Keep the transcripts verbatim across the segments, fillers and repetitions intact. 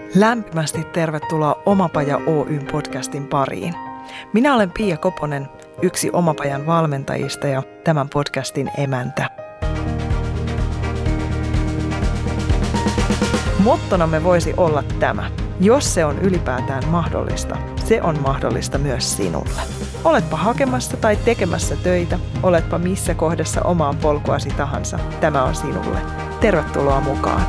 Lämpimästi tervetuloa Omapaja Oyn podcastin pariin. Minä olen Pia Koponen, yksi Omapajan valmentajista ja tämän podcastin emäntä. Mottonamme voisi olla tämä. Jos se on ylipäätään mahdollista, se on mahdollista myös sinulle. Oletpa hakemassa tai tekemässä töitä, oletpa missä kohdassa omaa polkuasi tahansa, tämä on sinulle. Tervetuloa mukaan.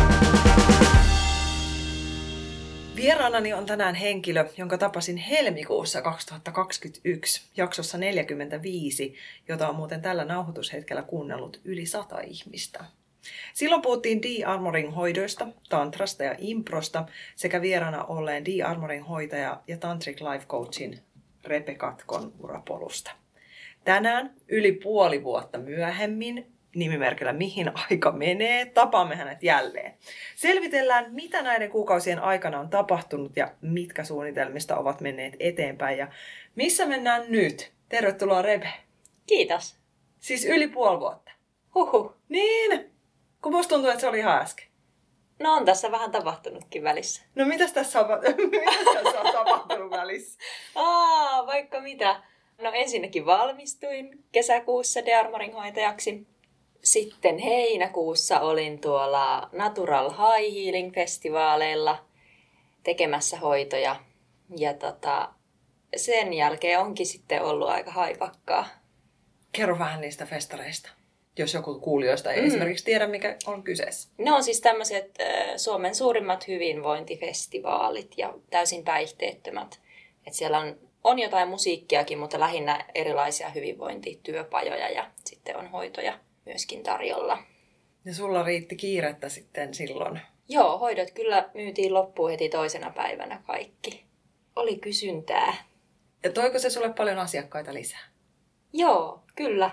Vieraanani on tänään henkilö, jonka tapasin helmikuussa kaksituhattakaksikymmentäyksi, jaksossa neljäkymmentäviisi, jota on muuten tällä nauhoitushetkellä kuunnellut yli sata ihmistä. Silloin puhuttiin de-armoring-hoidoista, tantrasta ja improsta sekä vieraana olleen de-armoring-hoitaja ja tantric life coachin Repe Katkon urapolusta. Tänään, yli puoli vuotta myöhemmin, nimimerkillä Mihin aika menee, tapaamme hänet jälleen. Selvitellään, mitä näiden kuukausien aikana on tapahtunut ja mitkä suunnitelmista ovat menneet eteenpäin ja missä mennään nyt. Tervetuloa Repe. Kiitos. Siis yli puoli vuotta. Huhhuh. Niin, kun musta tuntuu, että se oli ihan äsken. No on tässä vähän tapahtunutkin välissä. No mitäs tässä on, mitäs tässä on tapahtunut välissä? Aa, vaikka mitä. No ensinnäkin valmistuin kesäkuussa de-armoring-hoitajaksi. Sitten heinäkuussa olin tuolla Natural High Healing-festivaaleilla tekemässä hoitoja. Ja tota, sen jälkeen onkin sitten ollut aika haipakkaa. Kerro vähän niistä festareista, jos joku kuulijoista ei mm. esimerkiksi tiedä, mikä on kyseessä. Ne on siis tämmöiset Suomen suurimmat hyvinvointifestivaalit ja täysin päihteettömät. Et siellä on, on jotain musiikkiakin, mutta lähinnä erilaisia hyvinvointityöpajoja ja sitten on hoitoja myöskin tarjolla. Ja sulla riitti kiirettä sitten silloin? Joo, hoidot kyllä myytiin loppuun heti toisena päivänä kaikki. Oli kysyntää. Ja toiko se sulle paljon asiakkaita lisää? Joo, kyllä.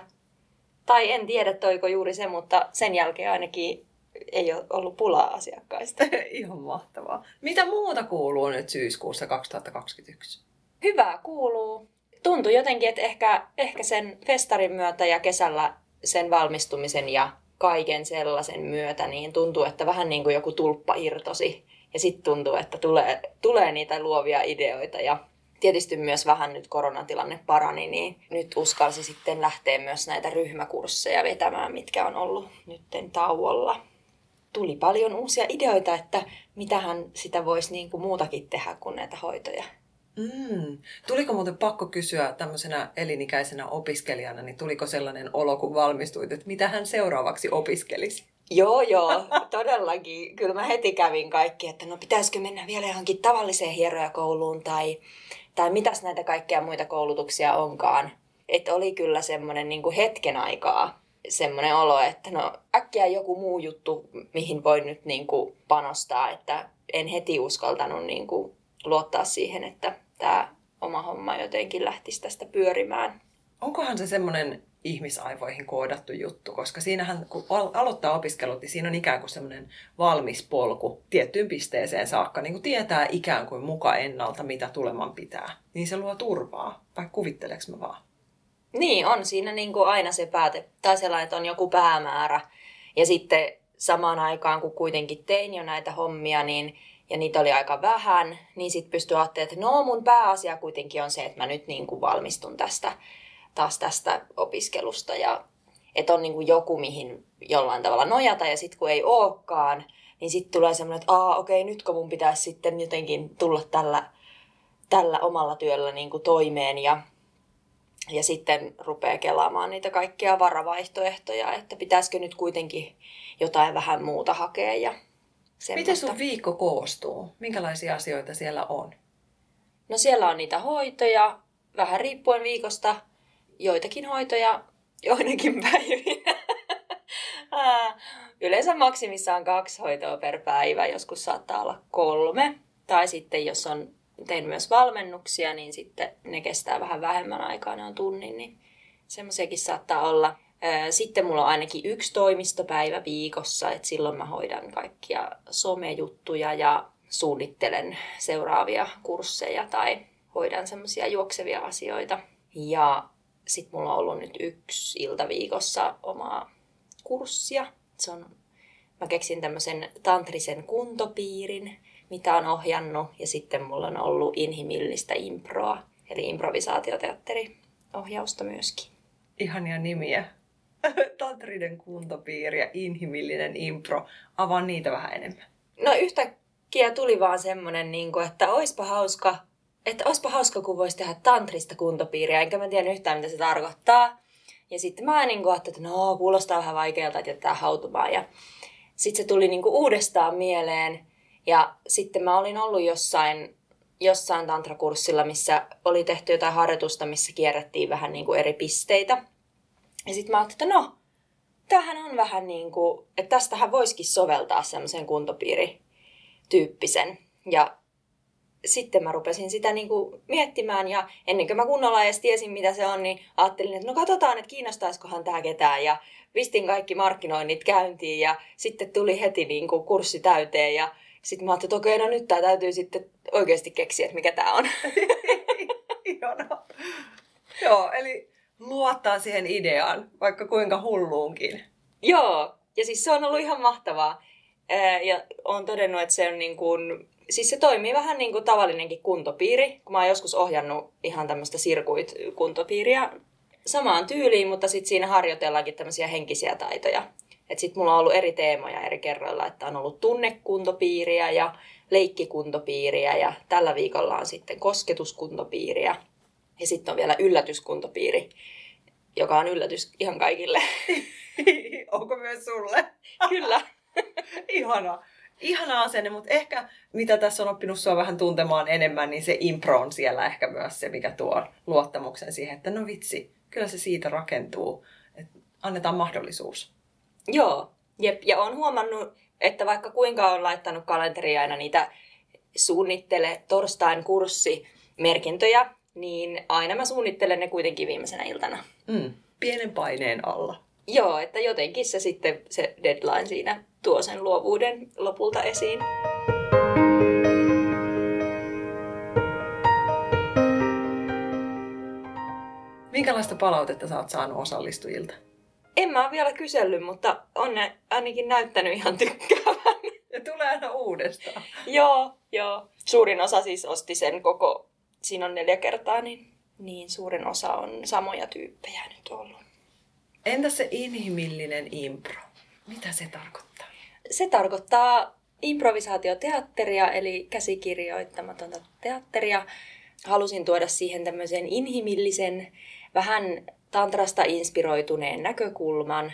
Tai en tiedä toiko juuri se, mutta sen jälkeen ainakin ei ole ollut pulaa asiakkaista. Ihan mahtavaa. Mitä muuta kuuluu nyt syyskuussa kaksituhattakaksikymmentäyksi? Hyvää kuuluu. Tuntui jotenkin, että ehkä, ehkä sen festarin myötä ja kesällä sen valmistumisen ja kaiken sellaisen myötä niin tuntuu, että vähän niin kuin joku tulppa irtosi. Ja sitten tuntuu, että tulee, tulee niitä luovia ideoita. Ja tietysti myös vähän nyt koronatilanne parani, niin nyt uskalsi sitten lähteä myös näitä ryhmäkursseja vetämään, mitkä on ollut nytten tauolla. Tuli paljon uusia ideoita, että mitähän sitä voisi niin kuin muutakin tehdä kuin näitä hoitoja. Mm. Tuliko muuten pakko kysyä tämmöisenä elinikäisenä opiskelijana, niin tuliko sellainen olo, kun valmistuit, että mitä hän seuraavaksi opiskelisi? Joo, joo, todellakin. Kyllä mä heti kävin kaikki, että no pitäisikö mennä vielä johonkin tavalliseen hierojakouluun tai, tai mitäs näitä kaikkia muita koulutuksia onkaan. Että oli kyllä semmoinen niin kuin hetken aikaa semmoinen olo, että no äkkiä joku muu juttu, mihin voi nyt niin kuin panostaa, että en heti uskaltanut niin kuin luottaa siihen, että tämä oma homma jotenkin lähtisi tästä pyörimään. Onkohan se semmoinen ihmisaivoihin koodattu juttu, koska siinähän kun aloittaa opiskelut, niin siinä on ikään kuin semmoinen valmis polku tiettyyn pisteeseen saakka, niin kuin tietää ikään kuin muka ennalta, mitä tuleman pitää. Niin se luo turvaa, vai kuvitteleks mä vaan? Niin, on siinä niin kuin aina se pääte, tai sellainen, että on joku päämäärä. Ja sitten samaan aikaan, kun kuitenkin tein jo näitä hommia, niin ja niitä oli aika vähän, niin sitten pystyi ajattelemaan, että no mun pääasia kuitenkin on se, että mä nyt niin kuin valmistun tästä, taas tästä opiskelusta. Ja että on niin kuin joku, mihin jollain tavalla nojata ja sitten kun ei olekaan, niin sitten tulee semmoinen, että aa okei, nyt kun mun pitäisi sitten jotenkin tulla tällä, tällä omalla työllä niin kuin toimeen. Ja, ja sitten rupeaa kelaamaan niitä kaikkia varavaihtoehtoja, että pitäisikö nyt kuitenkin jotain vähän muuta hakea ja semmoista. Miten sun viikko koostuu? Minkälaisia asioita siellä on? No siellä on niitä hoitoja, vähän riippuen viikosta, joitakin hoitoja joinakin päivinä. Yleensä maksimissaan kaksi hoitoa per päivä, joskus saattaa olla kolme. Tai sitten jos on tein myös valmennuksia, niin sitten ne kestää vähän vähemmän aikaa, ne on tunnin, niin semmoisiakin saattaa olla. Sitten mulla on ainakin yksi toimistopäivä viikossa, että silloin mä hoidan kaikkia somejuttuja ja suunnittelen seuraavia kursseja tai hoidan semmoisia juoksevia asioita. Ja sitten mulla on ollut nyt yksi ilta viikossa omaa kurssia. Se on, mä keksin tämmöisen tantrisen kuntopiirin mitä on ohjannut. Ja sitten mulla on ollut inhimillistä improa, eli improvisaatioteatteriohjausta myöskin. Ihania nimiä. Tantrinen kuntopiiri ja inhimillinen impro. Avaa niitä vähän enemmän. No yhtäkkiä tuli vaan semmonen, että oispa hauska, että oispa hauska, kun voisi tehdä tantrista kuntopiiriä. Enkä mä tiedä yhtään, mitä se tarkoittaa. Ja sitten mä niin ajattelin, että no kuulostaa vähän vaikealta, että jätetään hautumaan. Ja sitten se tuli niin kuin uudestaan mieleen. Ja sitten mä olin ollut jossain, jossain tantrakurssilla, missä oli tehty jotain harjoitusta, missä kierrettiin vähän niin kuin eri pisteitä. Ja sitten mä ajattelin, että no, tämähän on vähän niin kuin, että tästähän voisikin soveltaa semmoisen kuntopiirityyppisen. Ja sitten mä rupesin sitä niin kuin miettimään ja ennen kuin mä kunnolla edes tiesin, mitä se on, niin ajattelin, että no katsotaan, että kiinnostaisikohan tää ketään. Ja pistin kaikki markkinoinnit käyntiin ja sitten tuli heti niin kuin kurssi täyteen ja sitten mä ajattelin, että okei, no nyt tää täytyy sitten oikeasti keksiä, että mikä tää on. Ihanaa. Joo, eli luottaa siihen ideaan, vaikka kuinka hulluunkin. Joo, ja siis se on ollut ihan mahtavaa. Ja olen todennut, että se on niin kuin, siis se toimii vähän niin kuin tavallinenkin kuntopiiri, kun mä oon joskus ohjannut ihan tämmöistä sirkuit-kuntopiiriä samaan tyyliin, mutta sitten siinä harjoitellaankin tämmöisiä henkisiä taitoja. Että sitten mulla on ollut eri teemoja eri kerroilla, että on ollut tunnekuntopiiriä ja leikkikuntopiiriä ja tällä viikolla on sitten kosketuskuntopiiriä. Ja sitten on vielä yllätyskuntopiiri, joka on yllätys ihan kaikille. Onko myös sulle? Kyllä. Ihana. Ihana asenne, mutta ehkä mitä tässä on oppinut sua vähän tuntemaan enemmän, niin se impro on siellä ehkä myös se, mikä tuo luottamuksen siihen, että no vitsi, kyllä se siitä rakentuu, että annetaan mahdollisuus. Joo, jep. Ja olen huomannut, että vaikka kuinka on laittanut kalenteriin aina niitä suunnittele torstain kurssimerkintöjä, niin aina mä suunnittelen ne kuitenkin viimeisenä iltana. Mm, pienen paineen alla. Joo, että jotenkin se sitten se deadline siinä tuo sen luovuuden lopulta esiin. Minkälaista palautetta sä oot saanut osallistujilta? En mä ole vielä kysellyt, mutta on ne ainakin näyttänyt ihan tykkäävän. Ja tulee aina uudestaan. Joo, joo. Suurin osa siis osti sen koko, siinä on neljä kertaa, niin, niin suurin osa on samoja tyyppejä nyt ollut. Entä se inhimillinen impro? Mitä se tarkoittaa? Se tarkoittaa improvisaatioteatteria, eli käsikirjoittamatonta teatteria. Halusin tuoda siihen tämmöisen inhimillisen, vähän tantrasta inspiroituneen näkökulman,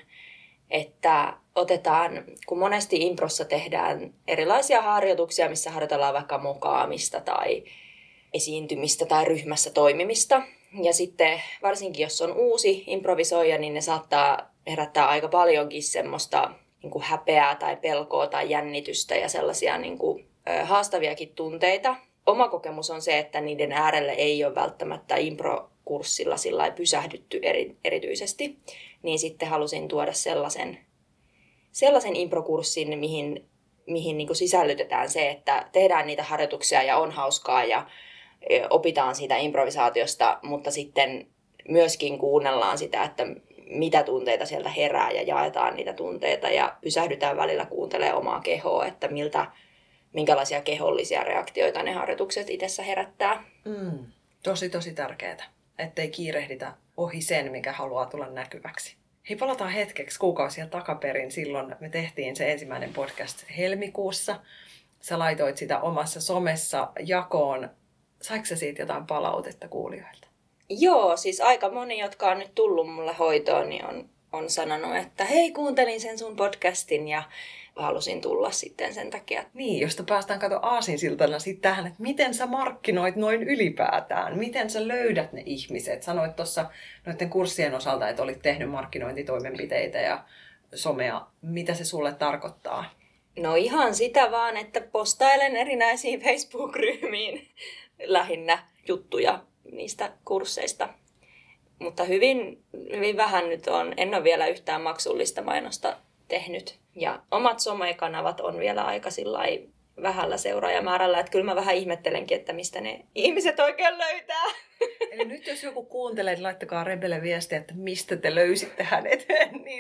että otetaan, kun monesti improssa tehdään erilaisia harjoituksia, missä harjoitellaan vaikka mokaamista tai esiintymistä tai ryhmässä toimimista. Ja sitten varsinkin jos on uusi improvisoija, niin ne saattaa herättää aika paljonkin semmoista niin kuin häpeää tai pelkoa tai jännitystä ja sellaisia niin kuin, ö, haastaviakin tunteita. Oma kokemus on se, että niiden äärelle ei ole välttämättä improkurssilla sillä lailla pysähdytty eri, erityisesti. Niin sitten halusin tuoda sellaisen, sellaisen improkurssin, mihin, mihin niin kuin sisällytetään se, että tehdään niitä harjoituksia ja on hauskaa ja opitaan siitä improvisaatiosta, mutta sitten myöskin kuunnellaan sitä, että mitä tunteita sieltä herää ja jaetaan niitä tunteita ja pysähdytään välillä kuuntelemaan omaa kehoa, että miltä, minkälaisia kehollisia reaktioita ne harjoitukset itsessä herättää. Mm, tosi tosi tärkeää, ettei kiirehditä ohi sen, mikä haluaa tulla näkyväksi. Hei, palataan hetkeksi kuukausia takaperin. Silloin me tehtiin se ensimmäinen podcast helmikuussa. Sä laitoit sitä omassa somessa jakoon. Saiko sä siitä jotain palautetta kuulijoilta? Joo, siis aika moni, jotka on nyt tullut mulle hoitoon, niin on, on sanonut, että hei, kuuntelin sen sun podcastin ja halusin tulla sitten sen takia. Niin, josta päästään kato aasinsiltana sitten tähän, että miten sä markkinoit noin ylipäätään? Miten sä löydät ne ihmiset? Sanoit tuossa noiden kurssien osalta, että olit tehnyt markkinointitoimenpiteitä ja somea. Mitä se sulle tarkoittaa? No ihan sitä vaan, että postailen erinäisiin Facebook-ryhmiin lähinnä juttuja niistä kursseista. Mutta hyvin, hyvin vähän nyt on, en ole vielä yhtään maksullista mainosta tehnyt. Ja omat somekanavat on vielä aika sillai vähällä seuraajamäärällä, että kyllä mä vähän ihmettelenkin, että mistä ne ihmiset oikein löytää. Eli nyt jos joku kuuntelee, niin laittakaa Rebelle viestiä, että mistä te löysitte hänet, niin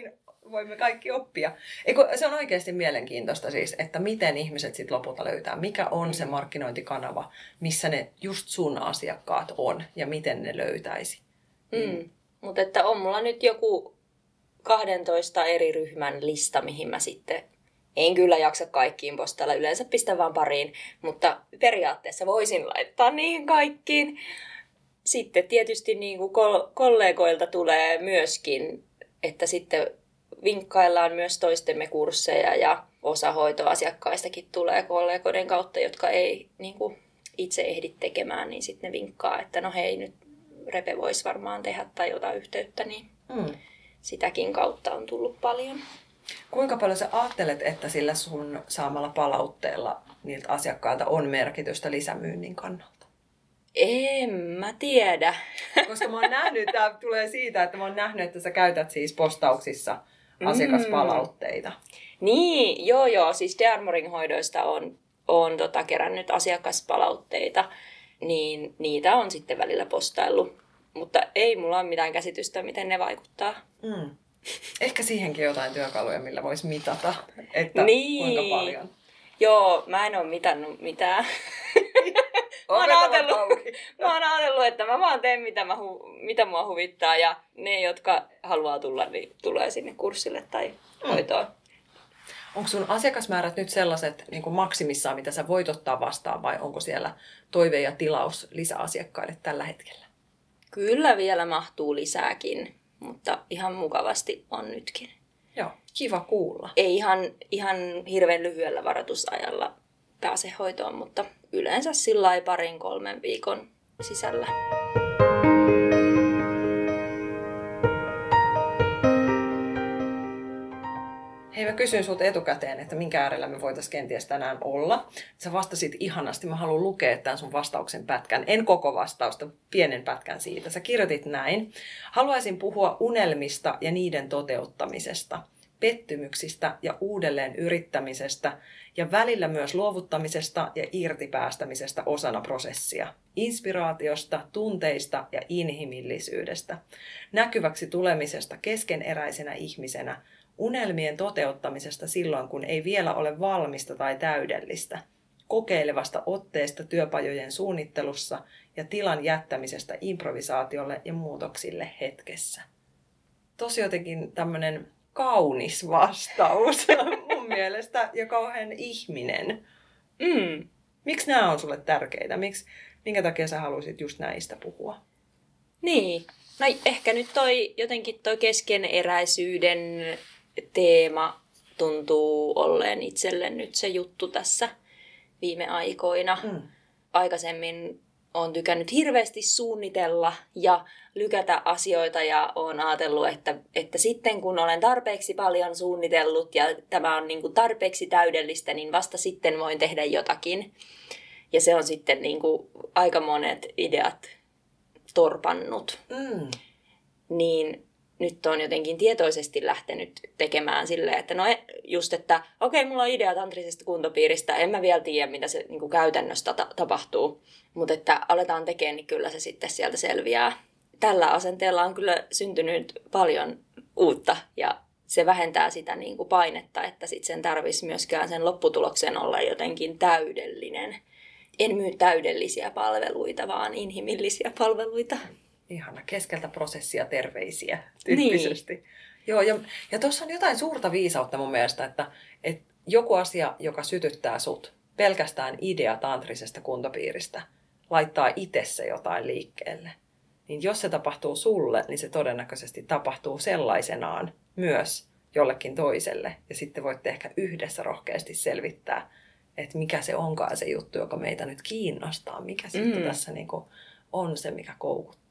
voimme kaikki oppia. Eikö, se on oikeasti mielenkiintoista siis, että miten ihmiset sitten lopulta löytää. Mikä on se markkinointikanava, missä ne just sun asiakkaat on ja miten ne löytäisi. Mm. Mutta että on mulla nyt joku kahdentoista eri ryhmän lista, mihin mä sitten en kyllä jaksa kaikkiin postailla. Yleensä pistän vaan pariin, mutta periaatteessa voisin laittaa niihin kaikkiin. Sitten tietysti niin kuin kollegoilta tulee myöskin, että sitten vinkkaillaan myös toistemme kursseja ja osa hoitoasiakkaistakin tulee kollegoiden kautta, jotka ei niin kuin itse ehdi tekemään, niin sitten ne vinkkaa, että no hei, nyt Repe voisi varmaan tehdä tai jotain yhteyttä, niin mm. sitäkin kautta on tullut paljon. Kuinka paljon sä ajattelet, että sillä sun saamalla palautteella niiltä asiakkailta on merkitystä lisämyynnin kannalta? En mä tiedä. Koska mä oon nähnyt, tää tulee siitä, että mä oon nähnyt, että sä käytät siis postauksissa asiakaspalautteita. Mm. Niin, joo joo, siis dearmoring hoidoista on, on tota, kerännyt asiakaspalautteita, niin niitä on sitten välillä postaillut. Mutta ei mulla ole mitään käsitystä, miten ne vaikuttaa. Mm. Ehkä siihenkin jotain työkaluja, millä voisi mitata, että niin. Kuinka paljon. Joo, mä en ole mitannut mitään. mä, oon ajatellut, mä oon ajatellut, että mä vaan teen mitä, mä hu, mitä mua huvittaa ja ne, jotka haluaa tulla, niin tulee sinne kurssille tai mm. hoitoon. Onko sun asiakasmäärät nyt sellaiset niin kuin maksimissaan, mitä sä voit ottaa vastaan vai onko siellä toive ja tilaus lisäasiakkaille tällä hetkellä? Kyllä vielä mahtuu lisääkin, mutta ihan mukavasti on nytkin. Joo, kiva kuulla. Ei ihan, ihan hirveän lyhyellä varoitusajalla pääse hoitoon, mutta yleensä sillä parin kolmen viikon sisällä. Hei, mä kysyin sulta etukäteen, että minkä äärellä me voitaisiin kenties tänään olla. Sä vastasit ihanasti. Mä haluan lukea tämän sun vastauksen pätkän. En koko vastausta, pienen pätkän siitä. Sä kirjoitit näin. Haluaisin puhua unelmista ja niiden toteuttamisesta, pettymyksistä ja uudelleen yrittämisestä ja välillä myös luovuttamisesta ja irtipäästämisestä osana prosessia. Inspiraatiosta, tunteista ja inhimillisyydestä. Näkyväksi tulemisesta keskeneräisenä ihmisenä. Unelmien toteuttamisesta silloin, kun ei vielä ole valmista tai täydellistä, kokeilevasta otteesta työpajojen suunnittelussa ja tilan jättämisestä improvisaatiolle ja muutoksille hetkessä. Tosi jotenkin tämmöinen kaunis vastaus mun mielestä ja kauhean ihminen. Mm. Miksi nämä on sulle tärkeitä? Miksi, minkä takia sä haluaisit just näistä puhua? Niin, no ehkä nyt toi jotenkin toi keskeneräisyyden teema tuntuu olleen itselle nyt se juttu tässä viime aikoina. Mm. Aikaisemmin olen tykännyt hirveästi suunnitella ja lykätä asioita ja olen ajatellut, että, että sitten kun olen tarpeeksi paljon suunnitellut ja tämä on niin kuin tarpeeksi täydellistä, niin vasta sitten voin tehdä jotakin. Ja se on sitten niin kuin aika monet ideat torpannut. Mm. Niin nyt on jotenkin tietoisesti lähtenyt tekemään silleen, että no just, että okei, mulla on idea tantrisesta kuntopiiristä, en mä vielä tiedä, mitä se niin kuin käytännössä ta- tapahtuu, mutta että aletaan tekemään, niin kyllä se sitten sieltä selviää. Tällä asenteella on kyllä syntynyt paljon uutta ja se vähentää sitä niin kuin painetta, että sitten sen tarvitsisi myöskään sen lopputuloksen olla jotenkin täydellinen. En myy täydellisiä palveluita, vaan inhimillisiä palveluita. Ihana, keskeltä prosessia terveisiä tyyppisesti. Niin. Joo, ja, ja tuossa on jotain suurta viisautta mun mielestä, että, että joku asia, joka sytyttää sut, pelkästään idea tantrisesta kuntopiiristä, laittaa itse se jotain liikkeelle. Niin jos se tapahtuu sulle, niin se todennäköisesti tapahtuu sellaisenaan myös jollekin toiselle. Ja sitten voitte ehkä yhdessä rohkeasti selvittää, että mikä se onkaan se juttu, joka meitä nyt kiinnostaa. Mikä mm. sitten tässä niin kuin on se, mikä koukuttaa.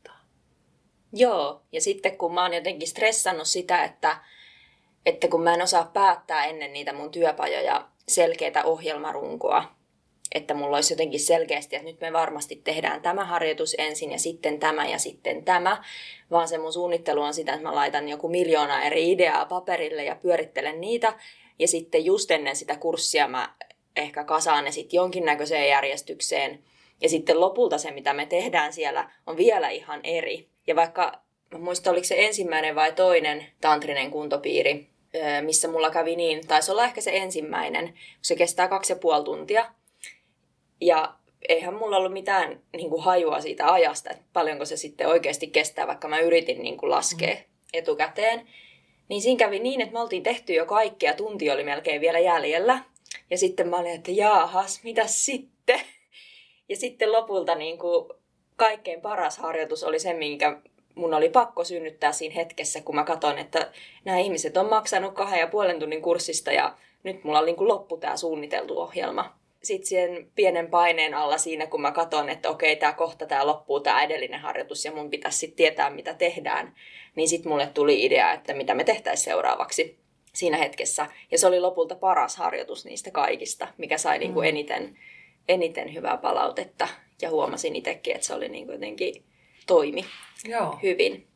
Joo, ja sitten kun mä oon jotenkin stressannut sitä, että, että kun mä en osaa päättää ennen niitä mun työpajoja selkeätä ohjelmarunkoa, että mulla olisi jotenkin selkeästi, että nyt me varmasti tehdään tämä harjoitus ensin ja sitten tämä ja sitten tämä, vaan se mun suunnittelu on sitä, että mä laitan joku miljoona eri ideaa paperille ja pyörittelen niitä, ja sitten just ennen sitä kurssia mä ehkä kasaan ne sitten jonkinnäköiseen järjestykseen, ja sitten lopulta se, mitä me tehdään siellä, on vielä ihan eri. Ja vaikka, mä muistan, oliko se ensimmäinen vai toinen tantrinen kuntopiiri, missä mulla kävi niin, taisi olla ehkä se ensimmäinen, kun se kestää kaksi ja puoli tuntia. Ja eihän mulla ollut mitään niin kuin hajua siitä ajasta, että paljonko se sitten oikeasti kestää, vaikka mä yritin niin kuin laskea mm. etukäteen. Niin siinä kävi niin, että me oltiin tehty jo kaikkea, tunti oli melkein vielä jäljellä. Ja sitten mä olin, että jaahas, mitäs sitten? Ja sitten lopulta niin kuin kaikkein paras harjoitus oli se, minkä mun oli pakko synnyttää siinä hetkessä, kun mä katson, että nämä ihmiset on maksanut kahden ja puolen tunnin kurssista ja nyt mulla oli niin kuin loppu tämä suunniteltu ohjelma. Sitten sen pienen paineen alla siinä, kun mä katson, että okei, tämä kohta tämä loppuu, tämä edellinen harjoitus ja mun pitäisi sitten tietää, mitä tehdään, niin sitten mulle tuli idea, että mitä me tehtäisiin seuraavaksi siinä hetkessä. Ja se oli lopulta paras harjoitus niistä kaikista, mikä sai niin kuin eniten, eniten hyvää palautetta. Ja huomasin itsekin, että se oli niin kuin jotenkin toimi Joo. hyvin.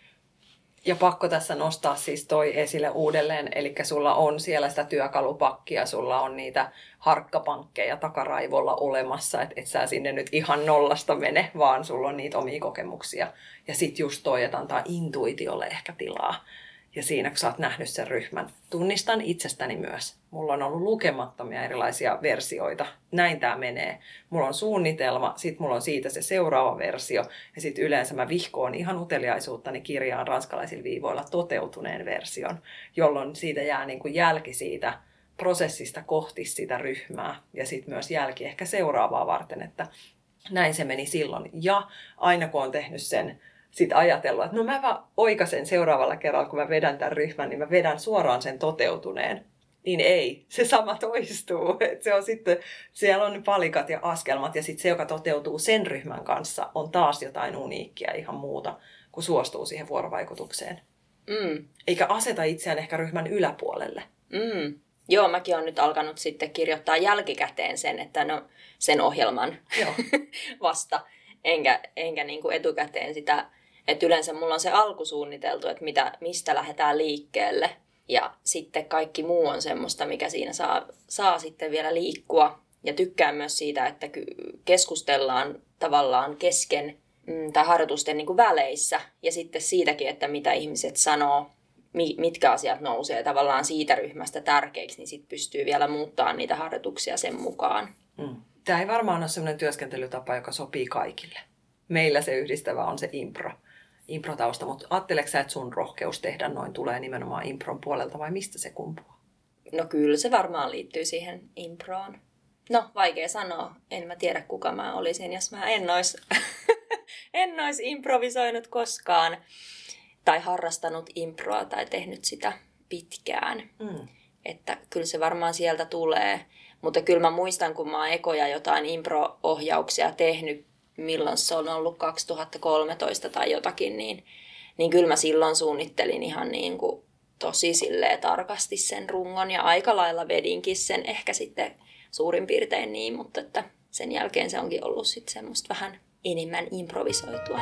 Ja pakko tässä nostaa siis toi esille uudelleen, eli sulla on siellä sitä työkalupakkia, sulla on niitä harkkapankkeja takaraivolla olemassa, että et sä sinne nyt ihan nollasta mene, vaan sulla on niitä omia kokemuksia. Ja sit just toi, että antaa intuitiolle ehkä tilaa. Ja siinä, kun sä oot nähnyt sen ryhmän, tunnistan itsestäni myös. Mulla on ollut lukemattomia erilaisia versioita. Näin tää menee. Mulla on suunnitelma, sit mulla on siitä se seuraava versio. Ja sit yleensä mä vihkoon ihan uteliaisuuttani kirjaan ranskalaisilla viivoilla toteutuneen version, jolloin siitä jää niin kuin jälki siitä prosessista kohti sitä ryhmää. Ja sit myös jälki ehkä seuraavaa varten, että näin se meni silloin. Ja aina kun on tehnyt sen, sitten ajatellut, että no mä vaan oikaisen seuraavalla kerralla, kun mä vedän tämän ryhmän, niin mä vedän suoraan sen toteutuneen. Niin ei, se sama toistuu. Et se on sitten, siellä on ne palikat ja askelmat ja sitten se, joka toteutuu sen ryhmän kanssa, on taas jotain uniikkia ihan muuta, kun suostuu siihen vuorovaikutukseen. Mm. Eikä aseta itseään ehkä ryhmän yläpuolelle. Mm. Joo, mäkin olen nyt alkanut sitten kirjoittaa jälkikäteen sen, että no sen ohjelman Joo. vasta, enkä, enkä niin kuin etukäteen sitä. Että yleensä mulla on se alkusuunniteltu, että mitä, mistä lähdetään liikkeelle. Ja sitten kaikki muu on semmoista, mikä siinä saa, saa sitten vielä liikkua. Ja tykkään myös siitä, että keskustellaan tavallaan kesken mm, tai harjoitusten niin kuin väleissä. Ja sitten siitäkin, että mitä ihmiset sanoo, mitkä asiat nousee tavallaan siitä ryhmästä tärkeiksi, niin sitten pystyy vielä muuttamaan niitä harjoituksia sen mukaan. Mm. Tämä ei varmaan ole sellainen työskentelytapa, joka sopii kaikille. Meillä se yhdistävä on se impro. Improtausta, mutta ajatteleksä sä, että sun rohkeus tehdä noin tulee nimenomaan impron puolelta vai mistä se kumpuaa? No kyllä se varmaan liittyy siihen improon. No vaikea sanoa, en mä tiedä kuka mä olisin, jos mä en ois, en ois improvisoinut koskaan tai harrastanut improa tai tehnyt sitä pitkään. Mm. Että kyllä se varmaan sieltä tulee, mutta kyllä mä muistan, kun mä oon ekoja jotain impro-ohjauksia tehnyt, milloin se on ollut kaksituhattakolmetoista tai jotakin, niin, niin kyllä mä silloin suunnittelin ihan niin kuin tosi silleen tarkasti sen rungon ja aika lailla vedinkin sen ehkä sitten suurin piirtein niin, mutta että sen jälkeen se onkin ollut sitten semmoista vähän enemmän improvisoitua.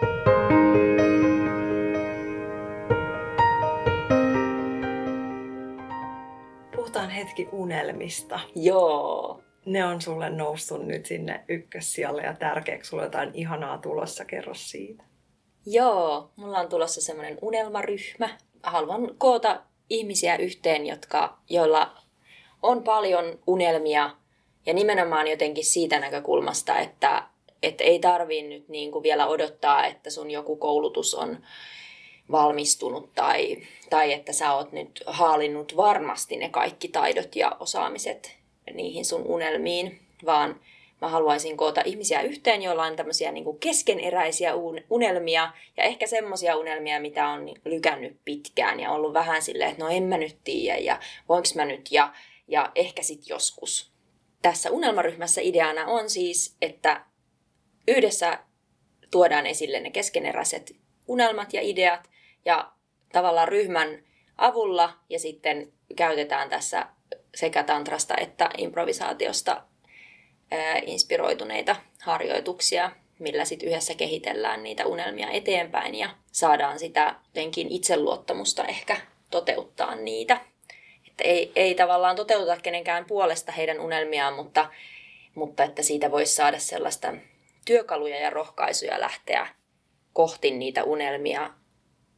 Puhutaan hetki unelmista. Joo. Ne on sulle noussut nyt sinne ykkössijalle ja tärkeäksi. Sulla on jotain ihanaa tulossa, kerro siitä. Joo, mulla on tulossa semmoinen unelmaryhmä. Haluan koota ihmisiä yhteen, jotka, joilla on paljon unelmia ja nimenomaan jotenkin siitä näkökulmasta, että, että ei tarvii nyt niin kuin vielä odottaa, että sun joku koulutus on valmistunut tai, tai että sä oot nyt haalinnut varmasti ne kaikki taidot ja osaamiset niihin sun unelmiin, vaan mä haluaisin koota ihmisiä yhteen, joilla on tämmöisiä niin kuin keskeneräisiä unelmia ja ehkä semmoisia unelmia, mitä on lykännyt pitkään ja ollut vähän silleen, että no en mä nyt tiedä ja voinko mä nyt ja, ja ehkä sit joskus. Tässä unelmaryhmässä ideana on siis, että yhdessä tuodaan esille ne keskeneräiset unelmat ja ideat ja tavallaan ryhmän avulla ja sitten käytetään tässä sekä tantrasta että improvisaatiosta ää, inspiroituneita harjoituksia, millä sitten yhdessä kehitellään niitä unelmia eteenpäin ja saadaan sitä jotenkin itseluottamusta ehkä toteuttaa niitä. Että ei, ei tavallaan toteuta kenenkään puolesta heidän unelmiaan, mutta, mutta että siitä voisi saada sellaista työkaluja ja rohkaisuja lähteä kohti niitä unelmia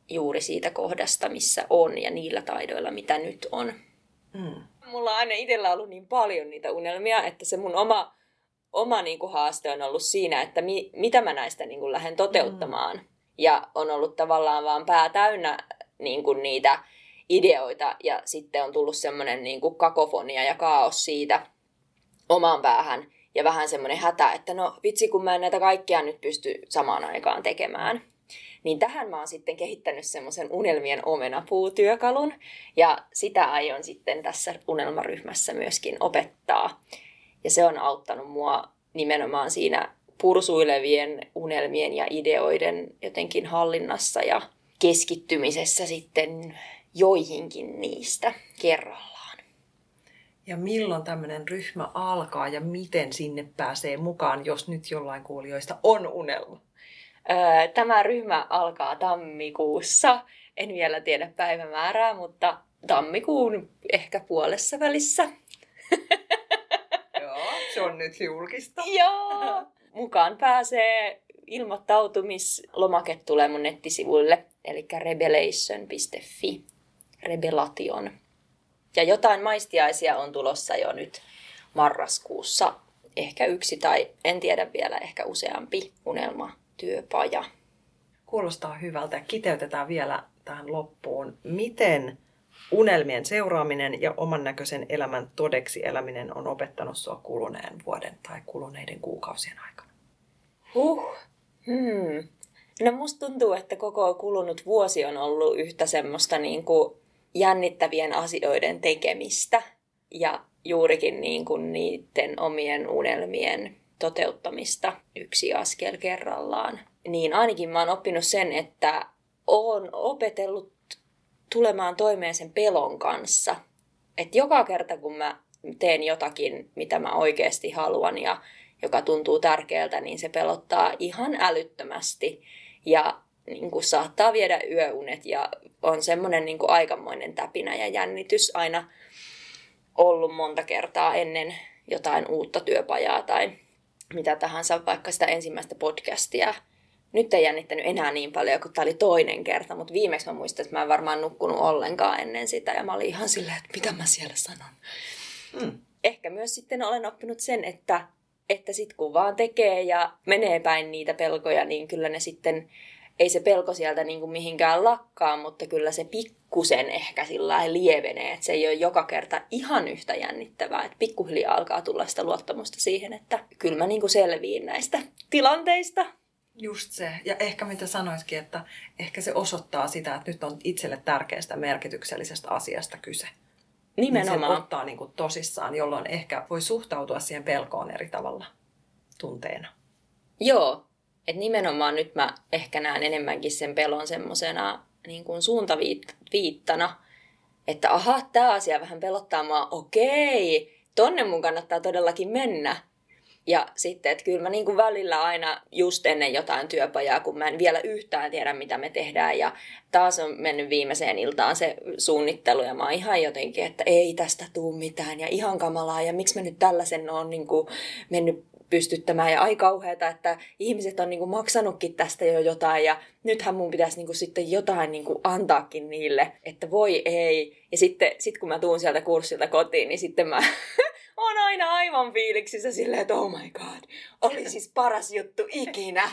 juuri siitä kohdasta, missä on ja niillä taidoilla, mitä nyt on. Mm. Mulla on aina itsellä ollut niin paljon niitä unelmia, että se mun oma, oma niin kuin haaste on ollut siinä, että mi, mitä mä näistä niin kuin lähden toteuttamaan. Mm. Ja on ollut tavallaan vaan pää täynnä niin kuin niitä ideoita ja sitten on tullut semmoinen niin kuin kakofonia ja kaos siitä omaan päähän. Ja vähän semmoinen hätä, että no vitsi kun mä en näitä kaikkia nyt pysty samaan aikaan tekemään. Niin tähän mä oon sitten kehittänyt semmoisen unelmien omenapuutyökalun. Ja sitä aion sitten tässä unelmaryhmässä myöskin opettaa. Ja se on auttanut mua nimenomaan siinä pursuilevien unelmien ja ideoiden jotenkin hallinnassa ja keskittymisessä sitten joihinkin niistä kerrallaan. Ja milloin tämmöinen ryhmä alkaa ja miten sinne pääsee mukaan, jos nyt jollain kuulijoista on unelma? Tämä ryhmä alkaa tammikuussa. En vielä tiedä päivämäärää, mutta tammikuun ehkä puolessa välissä. Joo, se on nyt julkista. Joo. Mukaan pääsee, ilmoittautumislomake tulee mun nettisivuille, eli rebelation piste fi. Rebelation. Ja jotain maistiaisia on tulossa jo nyt marraskuussa. Ehkä yksi tai en tiedä vielä, ehkä useampi unelmatyöpaja. Kuulostaa hyvältä. Kiteytetään vielä tähän loppuun. Miten unelmien seuraaminen ja oman näköisen elämän todeksi eläminen on opettanut sua kuluneen vuoden tai kuluneiden kuukausien aikana? Huh. Hmm. No musta tuntuu, että koko kulunut vuosi on ollut yhtä semmoista niin kuin jännittävien asioiden tekemistä ja juurikin niin kuin niiden omien unelmien toteuttamista yksi askel kerrallaan. Niin ainakin mä oon oppinut sen, että oon opetellut tulemaan toimeen sen pelon kanssa. Että joka kerta kun mä teen jotakin, mitä mä oikeasti haluan ja joka tuntuu tärkeältä, niin se pelottaa ihan älyttömästi ja niin kuin saattaa viedä yöunet ja on semmoinen niin kuin aikamoinen täpinä ja jännitys aina ollut monta kertaa ennen jotain uutta työpajaa tai mitä tahansa, vaikka sitä ensimmäistä podcastia. Nyt ei jännittänyt enää niin paljon, kun tämä oli toinen kerta, mutta viimeksi mä muistan, että mä en varmaan nukkunut ollenkaan ennen sitä ja mä olin ihan silleen, että mitä mä siellä sanon. Mm. Ehkä myös sitten olen oppinut sen, että, että sit kun vaan tekee ja menee päin niitä pelkoja, niin kyllä ne sitten ei se pelko sieltä niin kuin mihinkään lakkaa, mutta kyllä se pikkusen ehkä sillä lievenee, että se ei ole joka kerta ihan yhtä jännittävää, että pikkuhiljaa alkaa tulla sitä luottamusta siihen, että kyllä mä niin kuin selviin näistä tilanteista. Just se. Ja ehkä mitä sanoiskin, että ehkä se osoittaa sitä, että nyt on itselle tärkeästä merkityksellisestä asiasta kyse. Nimenomaan. Niin sen ottaa niin kuin tosissaan, jolloin ehkä voi suhtautua siihen pelkoon eri tavalla tunteena. Joo. Että nimenomaan nyt mä ehkä näen enemmänkin sen pelon semmosena niin kuin suuntaviittana, että aha, tämä asia vähän pelottaa mua, okei, tonne mun kannattaa todellakin mennä. Ja sitten, että kyllä mä niin kuin välillä aina just ennen jotain työpajaa, kun mä en vielä yhtään tiedä, mitä me tehdään. Ja taas on mennyt viimeiseen iltaan se suunnittelu ja mä oon ihan jotenkin, että ei tästä tuu mitään ja ihan kamalaa. Ja miksi mä nyt tällaisen oon niin kuin mennyt pystyttämään ja ai kauheata, että ihmiset on niin kuin maksanutkin tästä jo jotain ja nythän mun pitäisi niin kuin sitten jotain niin kuin antaakin niille, että voi ei. Ja sitten sit kun mä tuun sieltä kurssilta kotiin, niin sitten mä oon aina aivan fiiliksissä silleen, että oh my god, oli siis paras juttu ikinä.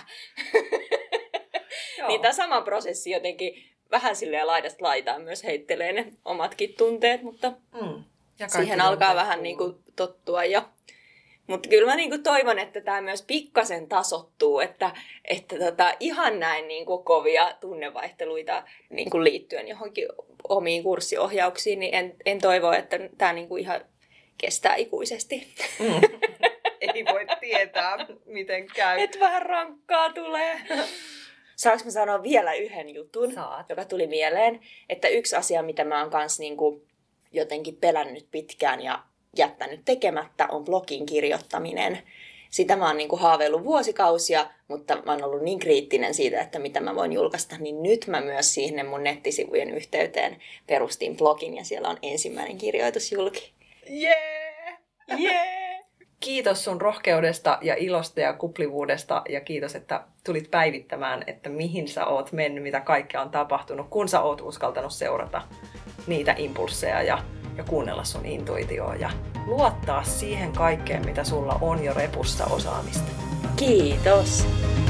Niin tämä sama prosessi jotenkin vähän silleen laidasta laitaan myös heittelee ne omatkin tunteet, mutta mm. siihen alkaa vähän niin kuin tottua ja mutta kyllä mä niinku toivon, että tämä myös pikkasen tasottuu, että, että tota, ihan näin niinku kovia tunnevaihteluita niinku liittyen johonkin omiin kurssiohjauksiin, niin en, en toivo, että tämä niinku ihan kestää ikuisesti. Mm. Ei voi tietää, miten käy. Et vähän rankkaa tulee. Saanko mä sanoa vielä yhden jutun, Saat. joka tuli mieleen, että yksi asia, mitä mä oon kanssa niinku jotenkin pelännyt pitkään ja jättänyt tekemättä, on blogin kirjoittaminen. Sitä mä oon niin kuin haaveillut vuosikausia, mutta mä oon ollut niin kriittinen siitä, että mitä mä voin julkaista, niin nyt mä myös siihen mun nettisivujen yhteyteen perustin blogin ja siellä on ensimmäinen kirjoitus julki. Jee! Jee! Kiitos sun rohkeudesta ja ilosta ja kuplivuudesta ja kiitos, että tulit päivittämään, että mihin sä oot mennyt, mitä kaikkea on tapahtunut, kun sä oot uskaltanut seurata niitä impulsseja ja, ja kuunnella sun intuitioa ja luottaa siihen kaikkeen, mitä sulla on jo repussa osaamista. Kiitos!